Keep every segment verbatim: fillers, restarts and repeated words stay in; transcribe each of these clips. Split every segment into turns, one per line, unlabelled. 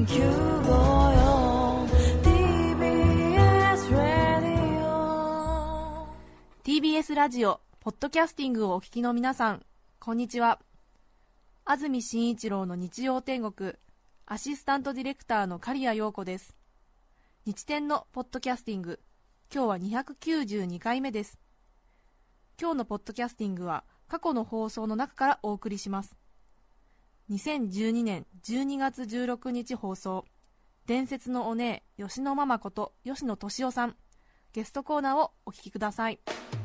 きゅうごよん ティービーエス ラジオ
ティービーエス ラジオポッドキャスティングをお聞きの皆さん、こんにちは。安住紳一郎の日曜天国アシスタントディレクターの刈谷陽子です。日天のポッドキャスティング、今日はにひゃくきゅうじゅうにかいめです。今日のポッドキャスティングは過去の放送の中からお送りします。にせんじゅうにねんじゅうにがつじゅうろくにち放送、伝説のお姉吉野ママこと吉野敏夫さん、ゲストコーナーをお聞きください。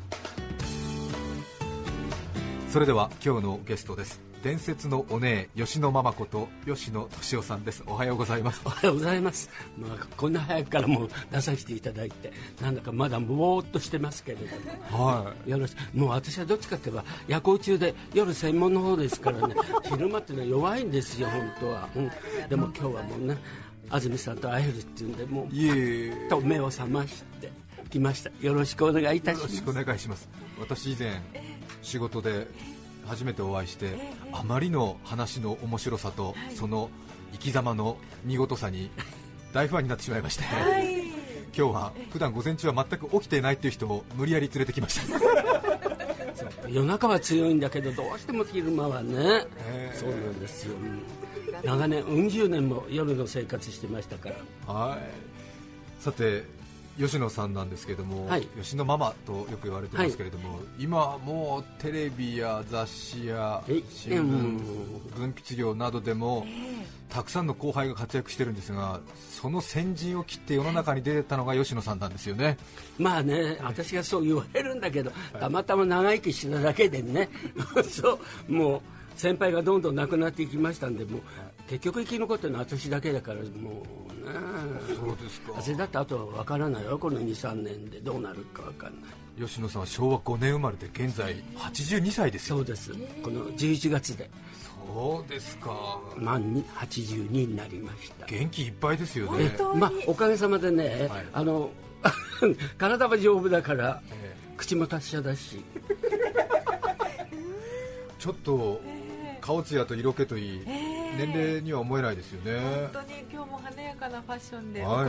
それでは今日のゲストです。伝説のお姉吉野ママこと吉野敏夫さんです。おはようございます。
おはようございます、まあ、こんな早くからもう出させていただいて、なんだかまだぼーっとしてますけれども、はい、よろしもう私はどっちかといえば夜行中で夜専門の方ですからね昼間っていうのは弱いんですよ本当は、うん、でも今日はもうね安住さんと会えるっていうんで、もうパッと目を覚ましてきました。よろしくお願いいたします。
よろしくお願いします。私以前仕事で初めてお会いして、あまりの話の面白さとその生き様の見事さに大ファンになってしまいまして、はい、今日は普段午前中は全く起きていないという人を無理やり連れてきました
夜中は強いんだけどどうしても昼間はね、そうなんですよ。長年うん十年も夜の生活してましたから。
はい、さて吉野さんなんですけども、はい、吉野ママとよく言われてますけれども、はい、今はもうテレビや雑誌や新聞、文筆業などでもたくさんの後輩が活躍してるんですが、その先陣を切って世の中に出てたのが吉野さんなんですよね。
まあね、私がそう言われるんだけど、たまたま長生きしてただけでねそうもう先輩がどんどん亡くなっていきましたんで、もう結局生き残ってるのは私だけだから、もうね。
そうですか。
私だってあとは分からないよ、この にさんねんでどうなるか分からない。
吉野さんはしょうわごねん生まれで現在はちじゅうにさいですよ。
そうです、このじゅういちがつで。
そうですか。
満にはちじゅうにになりました。
元気いっぱいですよね。
まあおかげさまでね、はい、あの体は丈夫だから、えー、口も達者だし
ちょっと顔つやと色気といい、えー、年齢には思えないですよね。
本当に今日も華やかなファッションで、
はい、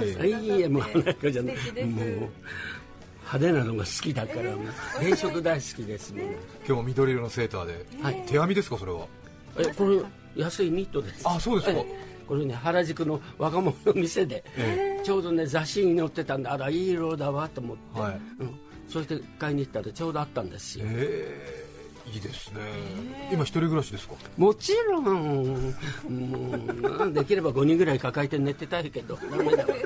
いいえ、もう華やかじゃない、もう派手なのが好きだから、変色大好きですもん、ね、
今日も緑色のセーターで、はい、手編みですかそれは。
えこれ安いニットです。
あ、そうですか。
これね原宿の若者の店で、えー、ちょうどね雑誌に載ってたんで、あらいい色だわと思って、はい、うん、そして買いに行ったらちょうどあったんですよ。
えーいいですね。今一人暮らしですか。
もちろん、もうできればごにんぐらい抱えて寝てたいけどダメだわ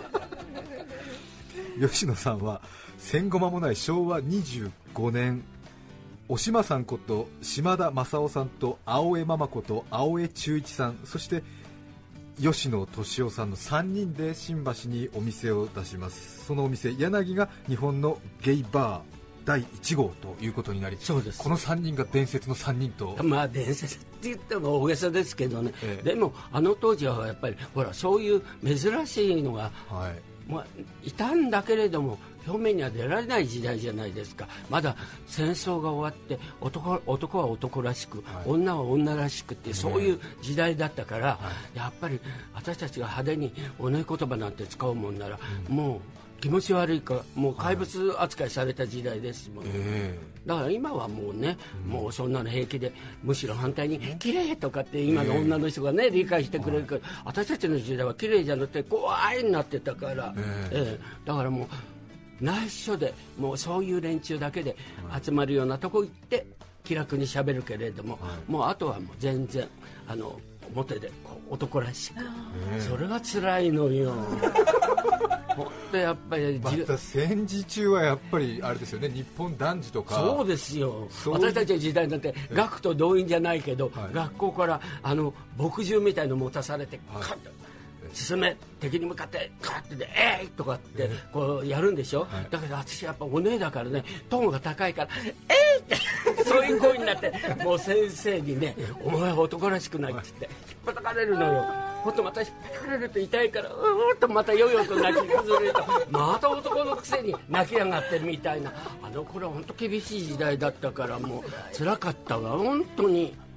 吉野さんは戦後間もないしょうわにじゅうごねん、おしまさんこと島田正夫さんと青江ママこと青江忠一さん、そして吉野敏夫さんのさんにんで新橋にお店を出します。そのお店柳が日本のゲイバーだいいち号ということになり、
そうです。
このさんにんが伝説のさんにんと。
まあ伝説って言っても大げさですけどね、ええ、でもあの当時はやっぱりほらそういう珍しいのが、はい、まあ、いたんだけれども表面には出られない時代じゃないですか。まだ戦争が終わって 男, 男は男らしく、はい、女は女らしくってそういう時代だったから、はい、やっぱり私たちが派手におね言葉なんて使うもんなら、うん、もう気持ち悪いか、もう怪物扱いされた時代ですもん、ね、えー、だから今はもうね、うん、もうそんなの平気で、むしろ反対に綺麗とかって今の女の人がね、えー、理解してくれるから、私たちの時代は綺麗じゃなくて怖いになってたから、えーえー、だからもう内緒でもうそういう連中だけで集まるようなとこ行って気楽にしゃべるけれども、はい、もうあとはもう全然あの表でこう男らしく、それが辛いのよほんとやっぱり
また戦時中はやっぱりあれですよね、日本男児とか。
そうですよ、私たちの時代なんて学徒動員じゃないけど、はい、学校からあの墨汁みたいの持たされて、はい、カッと進め、敵に向かってカッてでえいとかってこうやるんでしょ、はい、だけど私やっぱお姉だからね、トーンが高いからえいってそういう声になって、もう先生にねお前は男らしくないって言って引っ叩かれるのよ。ほんとまた引っ叩かれると痛いから、うーっとまたよよと泣き崩れるとまた男のくせに泣き上がってるみたいな、あの頃は本当厳しい時代だったから、もう辛かったわ本当に。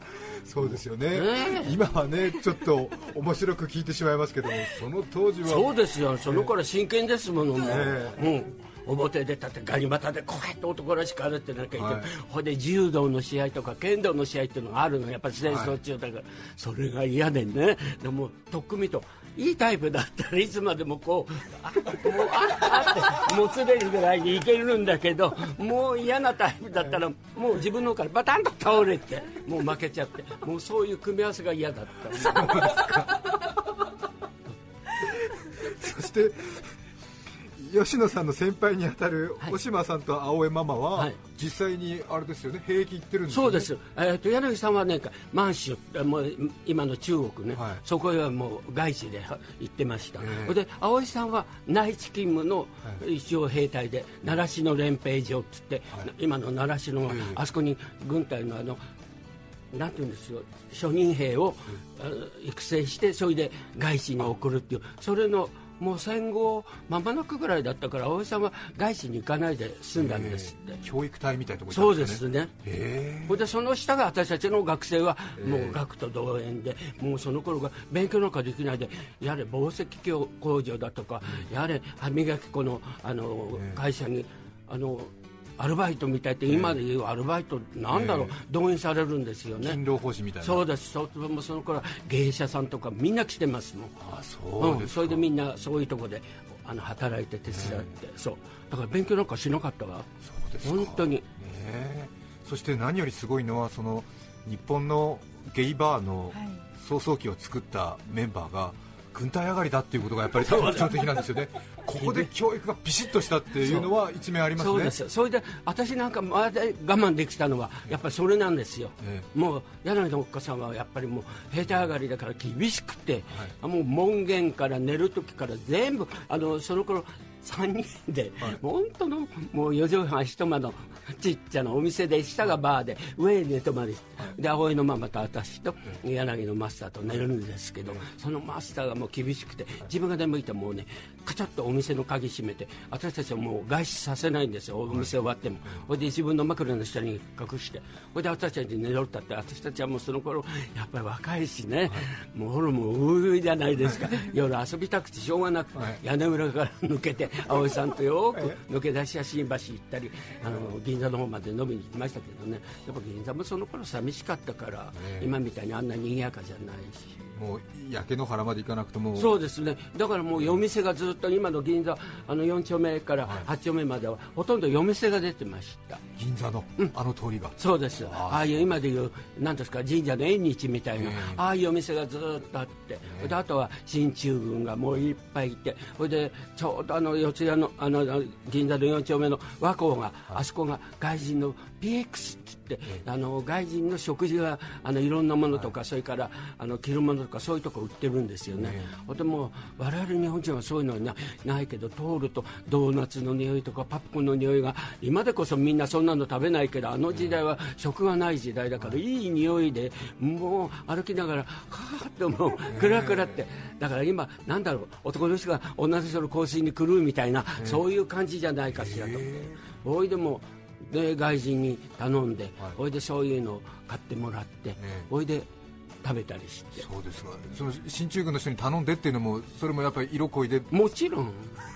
そうですよね、
ね
今はねちょっと面白く聞いてしまいますけども、その当時は
そうですよ、その頃真剣ですもの、もう、
え
うん、表出たってガニ股でこうやって男らしく歩ってなきゃいけない、
はい、
ほいで柔道の試合とか剣道の試合っていうのがあるの、やっぱり戦争中だから、はい、それが嫌でね、でもとっくみといいタイプだったらいつまでもこうあもうあってもつれるぐらいにいけるんだけど、もう嫌なタイプだったらもう自分の方からバタンと倒れてもう負けちゃって、もうそういう組み合わせが嫌だった。
そうですかそして吉野さんの先輩にあたる小島さんと青江ママは、はい、実際にあれですよね、兵役行ってるんですよね。
そうです、えー、と柳さんはね満州、もう今の中国ね、はい、そこへはもう外資で行ってました、えー、で青江さんは内地勤務の一応兵隊で、習志野練兵場って言って、はい、今の習志野の、えー、あそこに軍隊のあのなんていうんですよ、初任兵を、うん、育成して、それで外資に送るっていう、それのもう戦後間もなくぐらいだったから、青江さんは外資に行かないで済んだんですって。
教育隊みたいなところ
そうですね。それでその下が私たちの学生はもう学徒同園で、もうその頃が勉強なんかできないで、やれ紡績工場だとか、やれ歯磨き粉のあの会社にあのアルバイトみたいって、今でいうアルバイトなんだろう、えー、動員されるんですよね。
勤労奉仕みたいな。
そうです。その頃は芸者さんとかみんな来てますもん。
あ、そうですか、うん、
それでみんなそういうところであの働いて手伝って、えー、そうだから勉強なんかしなかったわ。
そうですか、
本当に、
えー、そして何よりすごいのは、その日本のゲイバーの創創期を作ったメンバーが軍隊上がりだっていうことがやっぱり特徴的なんですよね。ここで教育がビシッとしたっていうのは一面ありますね。
そうです。それで私なんかまだ我慢できたのはやっぱりそれなんですよ、ええ、もう柳のおっかさんはやっぱりもう兵隊上がりだから厳しくて、はい、もう門限から寝る時から全部あのその頃さんにんで、はい、本当のもうよじはん一間のちっちゃなお店で、下がバーで上に寝泊まり、はい、で青江のママと私と柳のマスターと寝るんですけど、そのマスターがもう厳しくて、自分が出向いたらもうねカチャッとお店の鍵閉めて、私たちはもう外出させないんですよ、お店終わっても。それで自分の枕の下に隠して、それで私たち寝ろったって、私たちはもうその頃やっぱり若いしね、もうホルモンういじゃないですか、夜遊びたくてしょうがなく、屋根裏から抜けて青江さんとよく抜け出しや新橋行ったり、あの銀座の方まで飲みに行きましたけどね、やっぱ銀座もその頃寂しかったから、ね、今みたいにあんな賑やかじゃないし、
もう焼け野原まで行かなくても。
そうですね、だからもう夜店がずっと今の銀座あのよん丁目からはち丁目まではほとんど夜店が出てました。
銀座の、うん、あの通りが。
そうです。ああいう今でいう何ですか、神社の縁日みたいな、ああいうお店がずっとあって、であとは進駐軍がもういっぱいいて、それでちょうどあの四谷のあの銀座のよん丁目の和光が、あそこが外人の ピーエックス って言って、あの外人の食事があのいろんなものとか、それからあの着るものとかそういうとこ売ってるんですよね。でも我々日本人はそういうのは な, ないけど、通るとドーナツの匂いとかパプコンの匂いが、今でこそみんなそんなの食べないけど、あの時代は食がない時代だから、いい匂いでもう歩きながらはーっともうクラクラって、だから今なんだろう、男の人が女の人の香水に狂うみたいな、そういう感じじゃないかしらと。おいでもで外人に頼んで、おいでそういうのを買ってもらって、おいで食べたりして。
そうですか。その進駐軍の人に頼んでっていうのも、それもやっぱり色恋で。
もちろん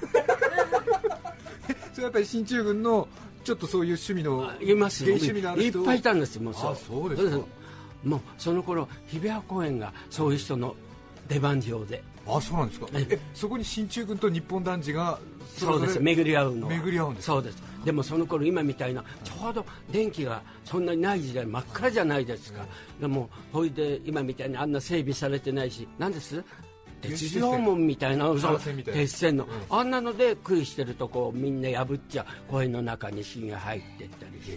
それやっぱり進駐軍のちょっとそういう趣味の
いますよ、
趣味のある人
いっぱいいたんですよ。もう
そう。あ、そうですか。
もうその頃日比谷公園がそういう人の出番場で。
あ、そうなんですか。え、そこに進駐軍と日本男児が
そうです、巡り合うの。
巡り合うんです。
そうです。でもその頃今みたいなちょうど電気がそんなにない時代、真っ暗じゃないですか。でもほいで今みたいにあんな整備されてないし、なんです鉄条門みたいな、鉄線の、うん、あんなので杭してるとこみんな破っちゃ公園の中に芯が入ってったりして、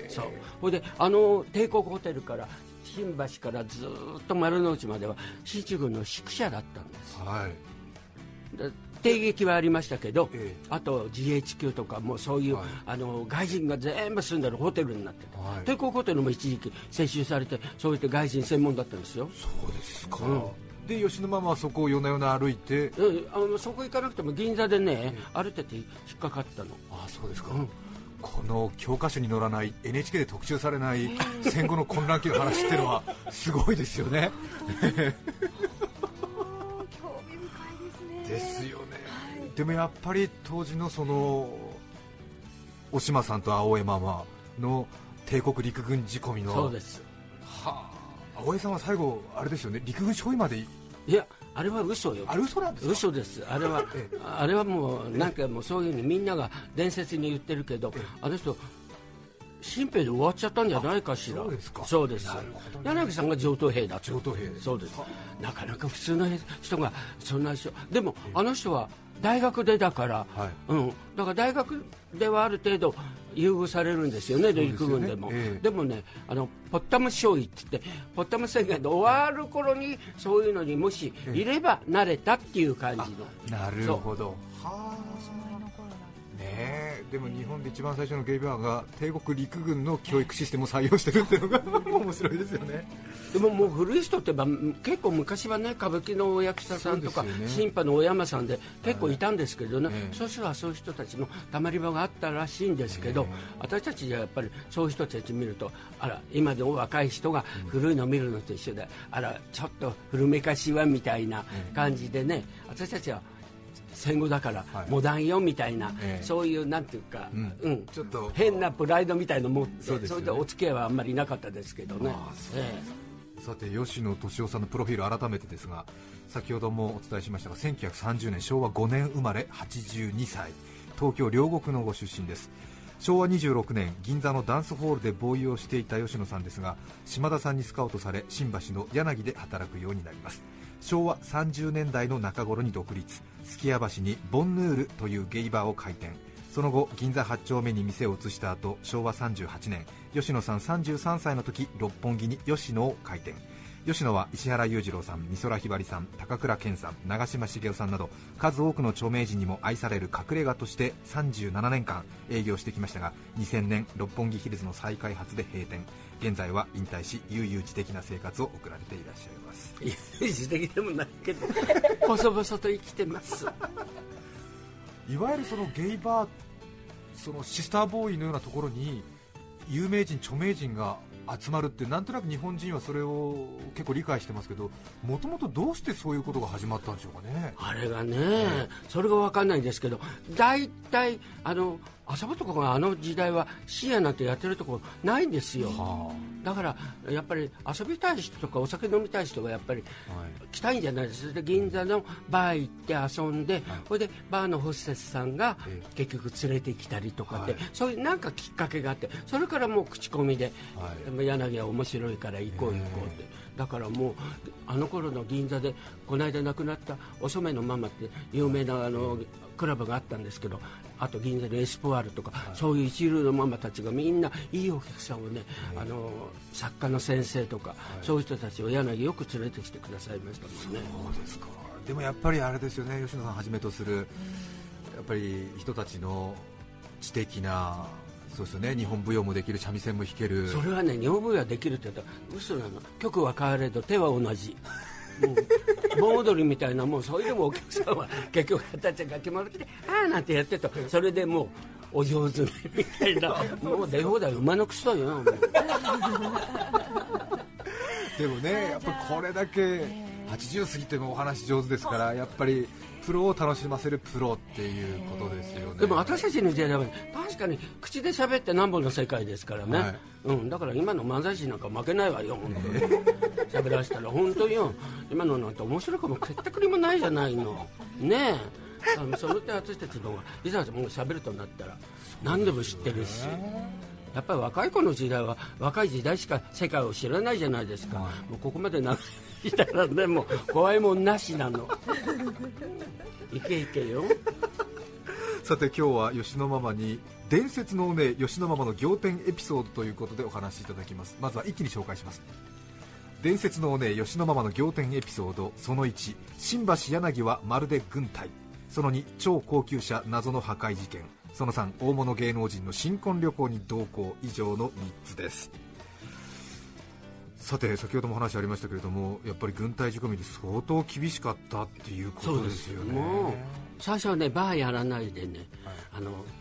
そうほいであの帝国ホテルから新橋からずっと丸の内までは進駐軍の宿舎だったんです、
はい、
で帝劇はありましたけど、ええ、あと ジーエイチキュー とかもそういう、はい、あの外人が全部住んでるホテルになってて、はい、帝国ホテルも一時期接収されて、そうやって外人専門だったんですよ。
そうですか、うん、で吉野ママはそこを夜な夜な歩いて、
うん、あのそこ行かなくても銀座でね、ええ、歩いてて引っかかったの。
あ、そうですか、
うん、
この教科書に載らない エヌエイチケー で特集されない戦後の混乱期の話っていうのはすごいですよね
興味深いですね。
ですよね、はい、でもやっぱり当時のそのお島さんと青江ママの帝国陸軍仕込みの、
そうです、
はあ、青江さんは最後あれですよね、陸軍少尉まで、
いやあれは嘘よ。
あれ嘘なんですか？
嘘です。あれはあれはもうなんかもうそういうふうにみんなが伝説に言ってるけど、あの人新兵で終わっちゃったんじゃないかしら。
そうですか。
そうです。
なるほどね、
柳さんが上等兵だって。
上等兵。
そうです。なかなか普通の人がそんな人。でもあの人は大学でだから、はい、うん。だから大学ではある程度優遇されるんですよね、陸軍でも。ええ、でもね、あのポッタム少尉って言ってポッタム宣言で終わる頃にそういうのにもしいれば慣れたっていう感じの。
え、なるほど。はあ。ね、でも日本で一番最初のゲイバーが帝国陸軍の教育システムを採用してるっていうのが面白いですよね。
でももう古い人ってば結構昔はね、歌舞伎のお役者さんとか、ね、新派のお山さんで結構いたんですけどね、はい、そうしたらそういう人たちのたまり場があったらしいんですけど、私たちじゃやっぱりそういう人たち見ると、あら今の若い人が古いの見るのと一緒で、あらちょっと古めかしはみたいな感じでね、私たちは戦後だからモダンよみたいな、はい、そういうなんていうか、うんうん、ちょっと変なプライドみたいの持って、そ, う、ね、それでお付き合いはあんまりなかったですけどね。
さて吉野俊夫さんのプロフィール改めてですが、先ほどもお伝えしましたがせんきゅうひゃくさんじゅうねんしょうわごねん生まれ、はちじゅうにさい、東京両国のご出身です。しょうわにじゅうろくねん銀座のダンスホールでボーイをしていた吉野さんですが、島田さんにスカウトされ新橋の柳で働くようになります。しょうわさんじゅうねんだいの中頃に独立、数寄屋橋にボンヌールというゲイバーを開店。その後銀座はち丁目に店を移した後、しょうわさんじゅうはちねん吉野さんさんじゅうさんさいの時、六本木に吉野を開店。吉野は石原裕次郎さん、美空ひばりさん、高倉健さん、長嶋茂雄さんなど数多くの著名人にも愛される隠れ家としてさんじゅうななねんかん営業してきましたが、にせんねん六本木ヒルズの再開発で閉店。現在は引退し悠々自適な生活を送られていらっしゃいます。
悠々自適でもないけど細々と生きてます
いわゆるそのゲイバー、そのシスターボーイのようなところに有名人著名人が集まるって、なんとなく日本人はそれを結構理解してますけど、もともとどうしてそういうことが始まったんでしょうかね。
あれがね、えー、それが分かんないんですけど、大体あの遊ぶところがあの時代は深夜なんてやってるところないんですよ、はあ、だからやっぱり遊びたい人とかお酒飲みたい人がやっぱり来たいんじゃないですか。で銀座のバー行って遊んで、はい、それでバーのホステスさんが結局連れてきたりとかって、はい、そういうなんかきっかけがあって、それからもう口コミで、はい、柳は面白いから行こう行こうって。だからもうあの頃の銀座でこの間亡くなったお染のママって有名なあのクラブがあったんですけど、あと銀座のエスポワールとか、はい、そういう一流のママたちがみんないいお客さんをね、はい、あの作家の先生とか、はい、そういう人たちを柳よく連れてきてくださいましたもんね。
そうですか。でもやっぱりあれですよね、吉野さんはじめとするやっぱり人たちの知的な、そうですよね、日本舞踊もできる、三味線も弾ける。
それはね、日本舞踊はできるって言ったら嘘なの。曲は変われど手は同じもう盆踊りみたいな、もうそれでもお客さんは結局私たちが決まるってああなんてやってると、それでもうお上手みたいなもう出放題馬のクソよもう
でもね、やっぱりこれだけはちじゅう過ぎてもお話上手ですから、やっぱりプロを楽しませるプロっていうことですよね。
でも私たちの時代は確かに口で喋って何本の世界ですからね、はい、うん、だから今の漫才師なんか負けないわよ本当に喋らせたら本当によ、今のなんて面白くも結ったくりもないじゃないのねえ。あのその点私たちの方がいざもう喋るとなったら何でも知ってるし、やっぱり若い子の時代は若い時代しか世界を知らないじゃないですか、はい、もうここまで長いたらね、もう怖いもんなしなのいけいけよ
さて今日は吉野ママに伝説のお姉吉野ママの仰天エピソードということでお話しいただきます。まずは一気に紹介します。伝説のお姉吉野ママの仰天エピソードそのいち、新橋柳はまるで軍隊。そのに、超高級車謎の破壊事件。そのさん、大物芸能人の新婚旅行に同行。以上のみっつです。さて先ほども話ありましたけれども、やっぱり軍隊仕込みで相当厳しかったっていうことですよね。
もう最初はねバーやらないでね、はい、あの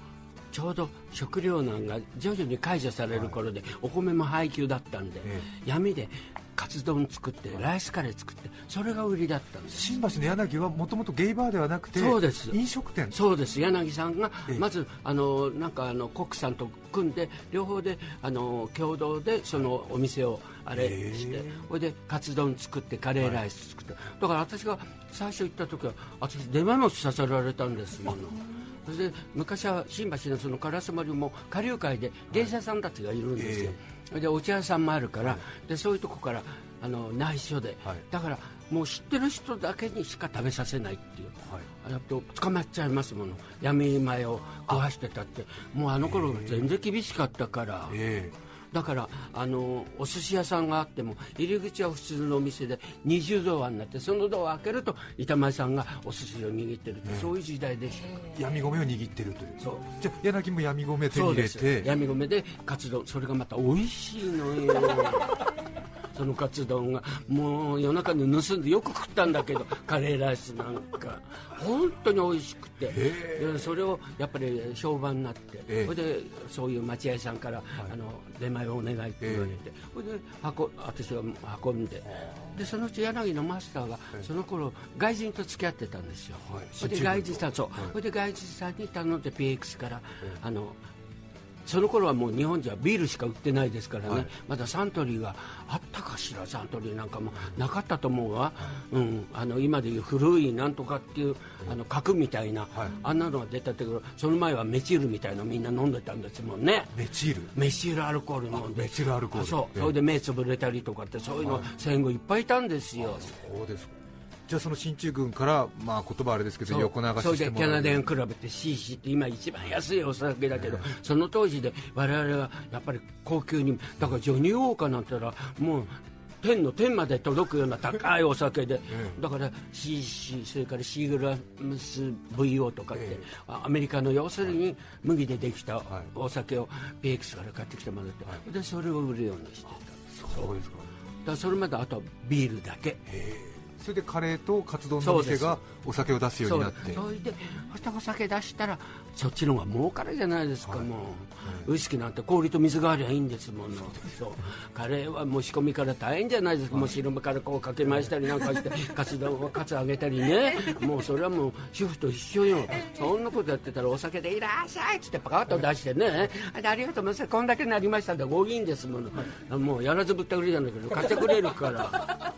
ちょうど食糧難が徐々に解除される頃で、はい、お米も配給だったんで、ええ、闇でカツ丼作ってライスカレー作ってそれが売りだったんです。
新橋の柳はもともとゲイバーではなくて、
そうです、
飲食店。
そうです。柳さんがまず、ええ、あのなんかあのコックさんと組んで両方であの共同でそのお店をあれして、それでカツ丼作ってカレーライス作って、はい、だから私が最初行った時は私出前もさせられたんですもの。それで昔は新橋のその烏丸も下流会で芸者さんたちがいるんですよ、はい、でお茶屋さんもあるから、はい、でそういうとこからあの内緒で、はい、だからもう知ってる人だけにしか食べさせないっていう、はい、やっと捕まっちゃいますもの。闇前を食わしてたって、もうあの頃全然厳しかったから、えーだからあのお寿司屋さんがあっても入り口は普通のお店で二重ドアになって、そのドアを開けると板前さんがお寿司を握ってるって、ね、そういう時代でした。
闇米を握ってるという。そうじゃあ柳も闇米手に入れて、
闇米でカツ丼、それがまた美味しいのよそのカツ丼がもう夜中に盗んでよく食ったんだけどカレーライスなんか本当に美味しくて、でそれをやっぱり評判になって、それでそういう待合さんから、はい、あの出前をお願いって言われて、それで運私は運んで、でそのうち柳のマスターがその頃外人と付き合ってたんですよ、はい、それで外人さんそう、はい、それで外人さんに頼んで ピーエックス から、あのその頃はもう日本じゃビールしか売ってないですからね、はい、まだサントリーがあったかしら。サントリーなんかもなかったと思うわ、うん、あの今でいう古いなんとかっていうあの角みたいな、はい、あんなのが出たけど、その前はメチルみたいなのみんな飲んでたんですもんね。
メチル
メチルアルコール飲んで、
メチルアルコール、
そう、それで目つぶれたりとかって、そういうの戦後いっぱいいたんですよ。
そうですか。じゃあその進駐軍から、まあ、言葉あれですけど横流ししてもらう。
それでキャナディアンクラブって シーシー って今一番安いお酒だけど、その当時で我々はやっぱり高級に、だからジョニーウォーカーなんて言ったらもう天の天まで届くような高いお酒で、だから シーシー それからシーグラムス ブイオー とかって、アメリカの要するに麦でできたお酒を ピーエックス から買ってきてもらって、でそれを売るようにしてた。
そうですか。
だからそれまであとはビールだけ。
それでカレーとカツ丼の店がお酒を出すようになって、
それでお酒出したらそっちの方が儲かるじゃないですか、はい、もう、はい、ウイスキーなんて氷と水がありゃいいんですもん。そうそうカレーはもう仕込みから大変じゃないですか、はい、もう汁からこうかけ回したりなんかしてカツ丼はカツ揚げたりねもうそれはもう主婦と一緒よ。そんなことやってたらお酒でいらっしゃいっつってパカッと出してね、ありがとうございます、こんだけになりましたでごいいんですもの、はい、もうやらずぶったくりじゃないけど買ってくれるから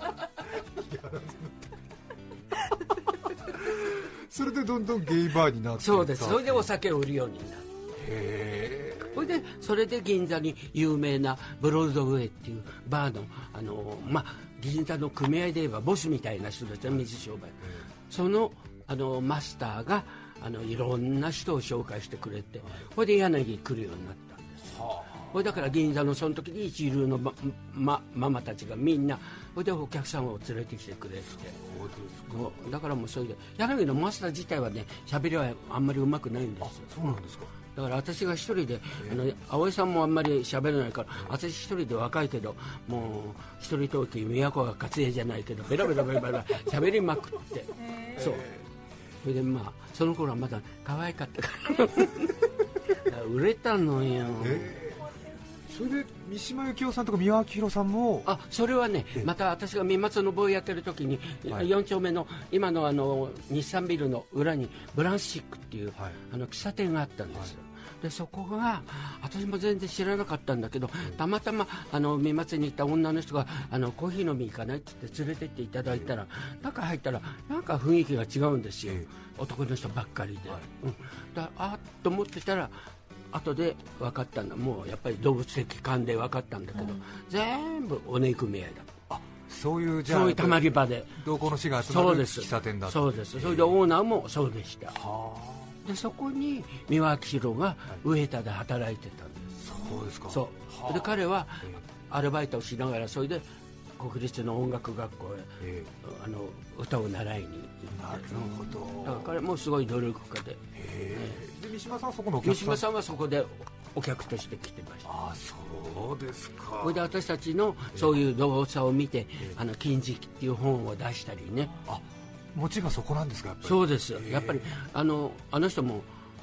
それでどんどんゲイバーになって、
そうです。それでお酒を売るようになって、へー、それでそれで銀座に有名なブロードウェイっていうバーの、あのまあ、銀座の組合で言えばボスみたいな人たちは水商売、その、あのマスターがあのいろんな人を紹介してくれて、それで柳に来るようになったんです。これだから銀座のその時に一流のマ、ま、ママたちがみんなそれでお客さんを連れてきてくれて、だからもうそれで柳のマスター自体はね喋りはあんまりうまくないんですよ。
そうなんですか。
だから私が一人で、あの青井さんもあんまり喋らないから、私一人で若いけどもう一人トーキー都が勝家じゃないけどベラベラベラベラ喋りまくってそうそれでまあその頃はまだ可愛かったから売れたのよ。
それで三島由紀夫さんとか三輪明宏さんも、
あそれはねまた私が三松の坊やってる時に、はい、よん丁目の今のあの日産ビルの裏にブランシックっていう、はい、あの喫茶店があったんですよ、はい、でそこが私も全然知らなかったんだけど、うん、たまたまあの三松に行った女の人があのコーヒー飲み行かないって言って連れてっていただいたら、中入ったらなんか雰囲気が違うんですよ、えー、男の人ばっかりで、はい、うん、だあっと思ってたら後で分かったんだ、もうやっぱり動物的感で分かったんだけど、うん、全部おね組合だ。
あそういうじゃあ
そういうたまり場で
同行の士が集まる喫茶店だった。
そうです。それでオーナーもそうでした。はでそこに三輪明宏が上田で働いてたんです。
そうですか。
そうで彼はアルバイトをしながらそれで国立の音楽学校へ、えー、あの歌を習いに行って。
なるほど。
だから彼もすごい努力家で。
で三島さんはそこのお客さん。
三島さんはそこでお客として来てました。
ああそうですか。
それで私たちのそういう動作を見て、えー、あの金色っていう本を出したりね。
あ持ちがそこなんですかやっぱり。
そうです。やっぱりあのあの人も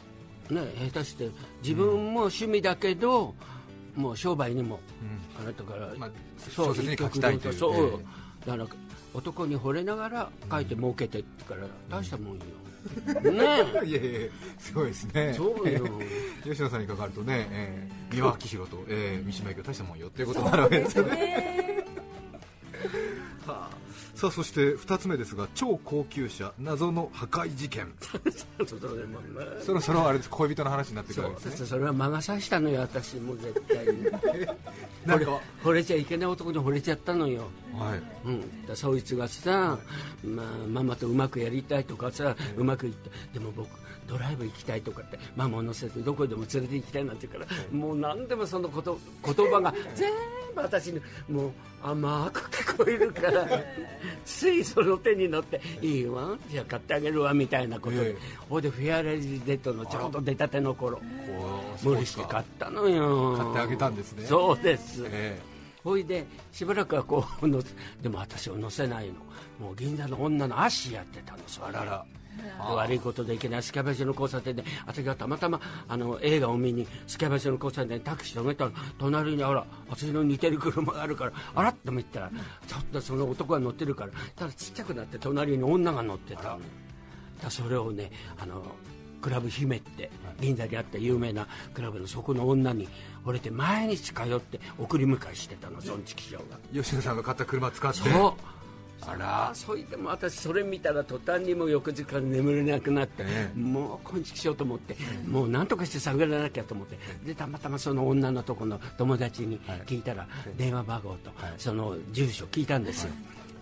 ね、下手して自分も趣味だけど、うん、もう商売にも、うん、あなたから、まあ、
小説に書きたいという、
そう、えー、だから男に惚れながら書いて儲けてってから大したもんよ、うん、ねえ
いやいやすごいですね。
そうよ
吉野さんにかかるとね、えー、三輪明宏と、えー、三島由紀夫大したもんよっていうことになるわけですよね。はあ、さあそしてふたつめですが、超高級車謎の破壊事件そろそろあれです、恋人の話になってくるわけですね。
それは魔が差したのよ、私もう絶対になんか惚れちゃいけない男に惚れちゃったのよ、はいうん、だそいつがさ、はいまあ、ママとうまくやりたいとかさ、うまくいってでも僕ドライブ行きたいとかってママを乗せてどこでも連れて行きたいなんて言うから、もう何でもそのこと言葉が全部私にもう甘く聞こえるからついその手に乗っていいわじゃあ買ってあげるわみたいなことで、ほいでフェアレディデッドのちょうど出たての頃無理して買ったのよ。
買ってあげたんですね。
そうです、えー、ほいでしばらくはこうのでも私を乗せないの、もう銀座の女の足やってたの。あらら悪いことでいけないスキャバ嬢の交差点で、私がたまたまあの映画を見にスキャバ嬢の交差点でタクシー止めたら、隣にあら私の似てる車があるからあらって見たら、ちょっとその男が乗ってるから、ただちっちゃくなって隣に女が乗ってたの。だそれをねあのクラブ姫って銀座にあった有名なクラブのそこの女に俺って毎日通って送り迎えしてたの、そのチキショーが。
吉野さんが買った車使って。
そうあらそれでも私それ見たら途端にも翌日から眠れなくなって、ええ、もう根治しようと思って、え、もう何とかして探らなきゃと思って、でたまたまその女のとこの友達に聞いたら、はい、電話番号と、はい、その住所聞いたんですよ、はい、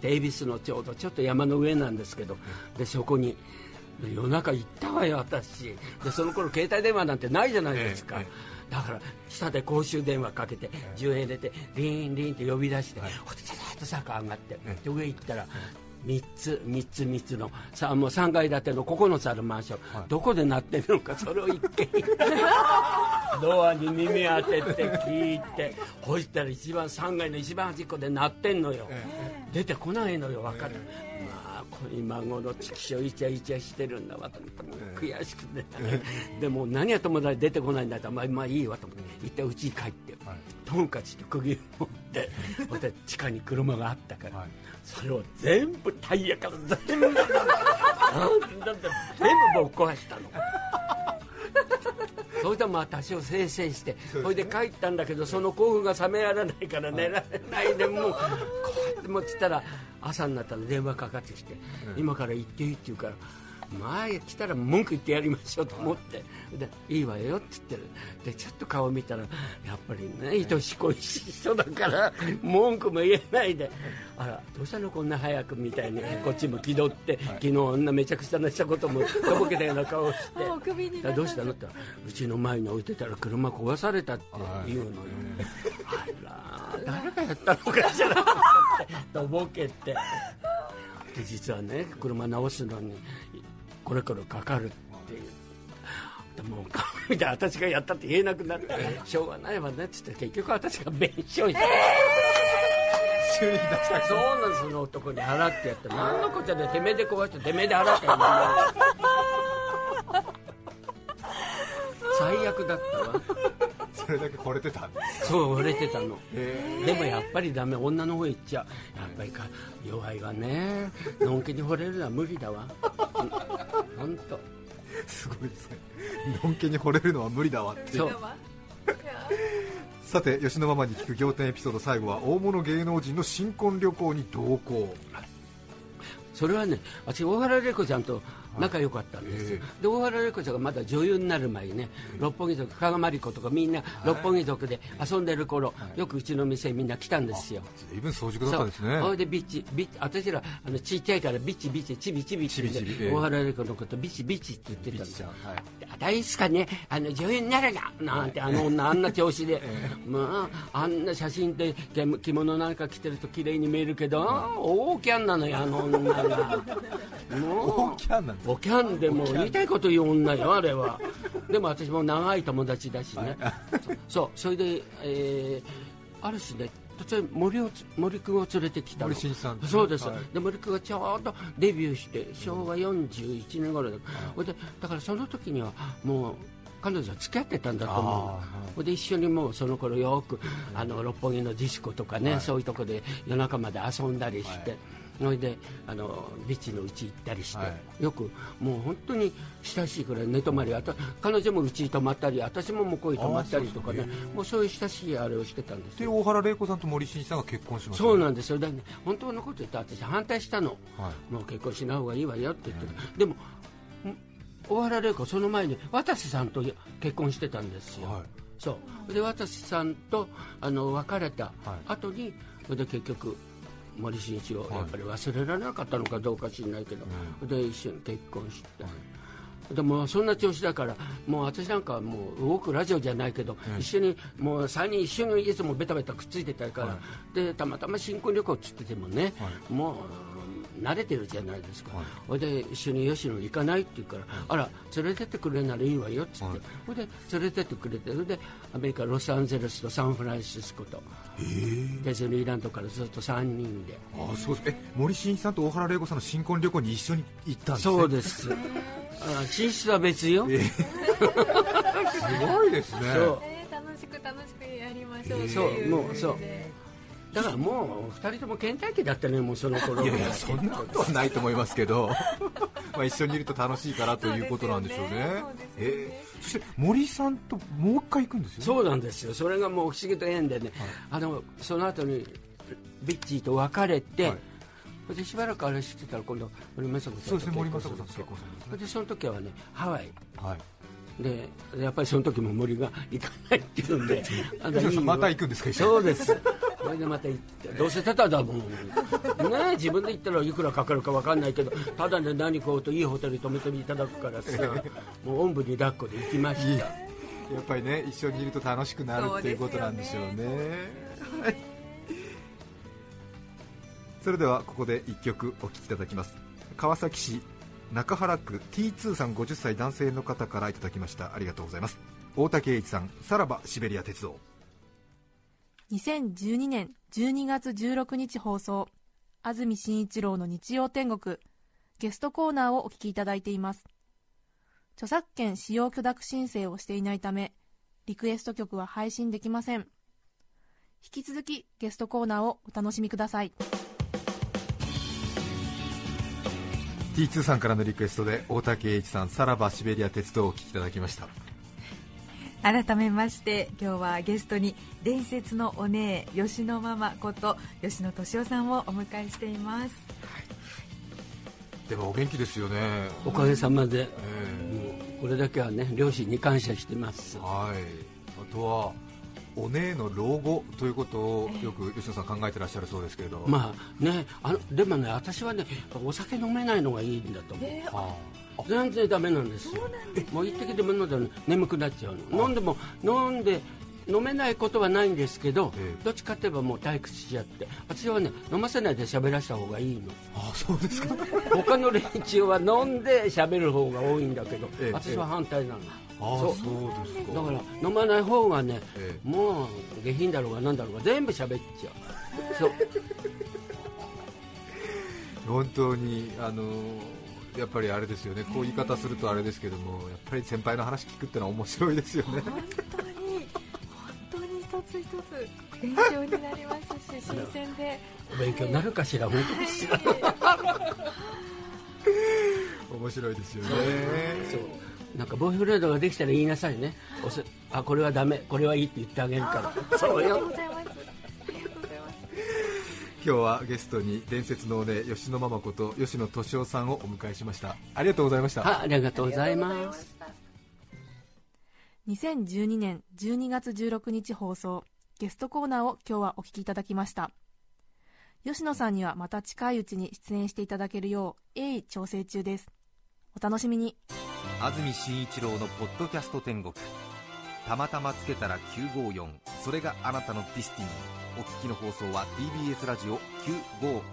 で恵比寿のちょうどちょっと山の上なんですけど、でそこに夜中行ったわよ私で、その頃携帯電話なんてないじゃないですか、ええだから下で公衆電話かけてじゅうえん入れてリンリンって呼び出して、はい、ほんとザザッと坂上がって、で上行ったらみっつみっつみっつのさもうさんがい建てのここのつあるマンション、はい、どこで鳴ってるのかそれを一見ドアに耳当てて聞いて、ほしたら一番さんがいの一番端っこで鳴ってんのよ、ええ、出てこないのよ分かる、ええ、まあ今頃チキショイチャイチャしてるんだわと思ってもう悔しくて、ええ、でも何やともない出てこないんだったらまあ、まあいいわと思って一旦家に帰って、はい、トンカチと釘を持ってで地下に車があったから、はい、それを全部タイヤから全部だって全部ぶっ壊したのそれでも私を清々してそれで帰ったんだけど、その興奮が冷めやらないから寝られないで、もうこうやって持ってたら朝になったら電話かかってきて、うん、今から行っていいって言うから、前来たら文句言ってやりましょうと思ってでいいわよって言ってる。でちょっと顔見たらやっぱりね愛し恋しい人だから文句も言えないで、あらどうしたのこんな早くみたいにこっちも気取って、昨日あんなめちゃくちゃなしたこともとぼけたような顔してだどうしたのって言ったら、うちの前に置いてたら車壊されたって言うのよ。あら誰がやったのかしらってとぼけて、で実はね車直すのにこれからかかるっていうでもうみたいな私がやったって言えなくなってしょうがないわねって言って結局私が弁償して、えー、
修理出した
そうなんです。その男に払ってやって何のこっちゃでてめえで壊しててめえで払ってやる最悪だったわ。
それだけ惚れてたんです。
そう惚れてたの。でもやっぱりダメ、女の方行っちゃう。やっぱりか弱いわね。のんけに惚れるのは無理だわ。本当。
すごいですね。のんけに惚れるのは無理だわって。そうさて吉野ママに聞く仰天エピソード、最後は大物芸能人の新婚旅行に同行。
それはね、私大原玲子ちゃんと仲良かったんですよ、はい、で大原玲子ちゃんがまだ女優になる前にね、六本木族加賀まり子とかみんな六本木族で遊んでる頃、はい、よくうちの店みんな来たんですよ。
随分早熟だったんですね。
それでビッチビッチ私らあのちっちゃいからビッチビッチチビチビって言って大原玲子のことビチビチって言ってたんですよ。大好きねあの女優になるななんて、あの女あんな調子でまああんな写真で着物なんか着てると綺麗に見えるけど大キャンなのよあの女が。
もう大キャンなんです。
おキャンでも言いたいこと言う女よあれは。でも私も長い友達だしね、はい、そうそれで、えー、ある日ね途中森を森君を連れてきたの。
森進一さん、ね、
そうです、
はい、
で森君がちょうどデビューしてしょうわよんじゅういちねん頃で、うん、でだからその時にはもう彼女は付き合ってたんだと思う。で一緒にもうその頃よくあの六本木のディスコとかね、はい、そういうとこで夜中まで遊んだりして、はい、それであのビッチのうち行ったりして、はい、よくもう本当に親しいくらい寝泊まり、あと彼女もうちに泊まったり私も向こうに泊まったりとかね、もうそういう親しいあれをしてたんですよ。
で大原玲子さんと森進一さんが結婚しました、
ね、そうなんですよ。だからね、本当のこと言ったら私反対したの、はい、もう結婚しない方がいいわよって言って、うん、でも大原玲子その前に渡瀬さんと結婚してたんですよ、はい、そうで渡瀬さんとあの別れた後に、はい、で結局森進一をやっぱり忘れられなかったのかどうか知らないけど、はい、で一緒に結婚して、はい、でもそんな調子だからもう私なんかはもう動くラジオじゃないけど、はい、一緒にもうさんにん一緒にいつもベタベタくっついてたから、はい、でたまたま新婚旅行っつっててもね、はい、もう慣れてるじゃないですか、はい、それで一緒に吉野行かないって言うから、はい、あら連れてってくれならいいわよっつって、はい、それで連れてってくれて、それでアメリカロサンゼルスとサンフランシスコとディズニーランドからずっとさんにんで。
あそうです。え森進一さんと大原玲子さんの新婚旅行に一緒に行ったんですね。
そうです。あ寝室は別よ、えー、す
ごいですね。そう、
えー、楽しく楽しくやりましょう、えー、
そうもうそうだからもうふたりとも倦怠期だったね、もうその頃。
いやいやそんなことはないと思いますけどまあ一緒にいると楽しいからということなんでしょうね。 そうですよね。えー、そして森さんともう一回行くんですよね。
そうなんですよ。それがもう不思議と縁でね、はい、あのその後にビッチーと別れて、はい、でしばらくあれしてたら今度森昌子さんと結婚するんですよ。そうですね、森昌子さんと結婚するんですね。でその時はねハワイ、はいでやっぱりその時も森が行かないっていうんで
あのいいまた行くんですか。
そうです。それでまた行ってどうせタダだもんね、自分で行ったらいくらかかるか分かんないけどただで何かといいホテルに泊めていただくからさもうおんぶに抱っこで行きました。や
っぱりね一緒にいると楽しくなるっていうことなんでしょうね。はい、それではここでいっきょくお聴きいただきます。川崎市中原区 ティーツー さんごじゅっさい男性の方からいただきました。ありがとうございます。大竹栄一さん、さらばシベリア鉄道。
にせんじゅうにねんじゅうにがつじゅうろくにち放送、安住紳一郎の日曜天国、ゲストコーナーをお聞きいただいています。著作権使用許諾申請をしていないためリクエスト曲は配信できません。引き続きゲストコーナーをお楽しみください。
ティーツー さんからのリクエストで大竹栄一さん、さらばシベリア鉄道をお聴きいただきました。
改めまして今日はゲストに伝説のお姉吉野ママこと吉野敏夫さんをお迎えしています。はい、
でもお元気ですよね。
おかげさまで、えー、もうこれだけはね両親に感謝してます。
はい、あとはお姉の老後ということをよく吉野さん考えてらっしゃるそうですけれど、
まあね、あのでもね私はねお酒飲めないのがいいんだと思う、えー、はあ、全然ダメなんですよ。もう一滴でも飲んだら眠くなっちゃうの。飲んでも飲んで飲めないことはないんですけど、えー、どっちかといえばもう退屈しちゃって私はね飲ませないで喋らせた方がいいの。
ああそうですか。
他の連中は飲んで喋る方が多いんだけど、えー、私は反対なの。
あそうそうですか。
だから飲まない方がね、ええ、もう下品だろうが何だろうが全部喋っちゃう。そう
本当にあのやっぱりあれですよね、こういう言い方するとあれですけども、やっぱり先輩の話聞くってのは面白いですよね。
本当に本当に一つ一つ勉強になりますし新鮮で
勉強になるかしら。本当ですよ。
面白いですよね。
そうなんかボーイフレンドができたら言いなさいね。おせあこれはダメこれはいいって言ってあげるから。そうよ。ありがとうございます。
今日はゲストに伝説のお姉吉野ママこと吉野敏夫さんをお迎えしました。ありがとうございました。
あ、ありがとうございます。
にせんじゅうにねんじゅうにがつじゅうろくにち放送、ゲストコーナーを今日はお聞きいただきました。吉野さんにはまた近いうちに出演していただけるよう鋭意調整中です。お楽しみに。
安住紳一郎のポッドキャスト天国、たまたまつけたらきゅうごよん、それがあなたのディスティニー。お聞きの放送は ティービーエス ラジオきゅうごよん。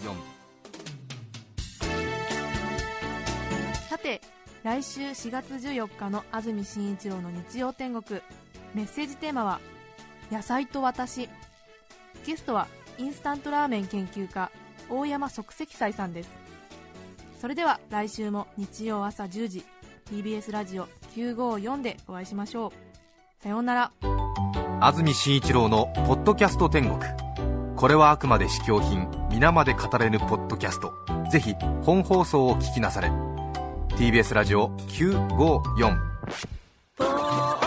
さて来週しがつじゅうよっかの安住紳一郎の日曜天国、メッセージテーマは野菜と私。ゲストはインスタントラーメン研究家大山即席斎さんです。それでは来週も日曜朝じゅうじ ティービーエス ラジオきゅうごよんでお会いしましょう。さようなら。
安住紳一郎のポッドキャスト天国。これはあくまで試供品、皆まで語れぬポッドキャスト。ぜひ本放送を聞きなされ。 ティービーエス ラジオきゅうごよん。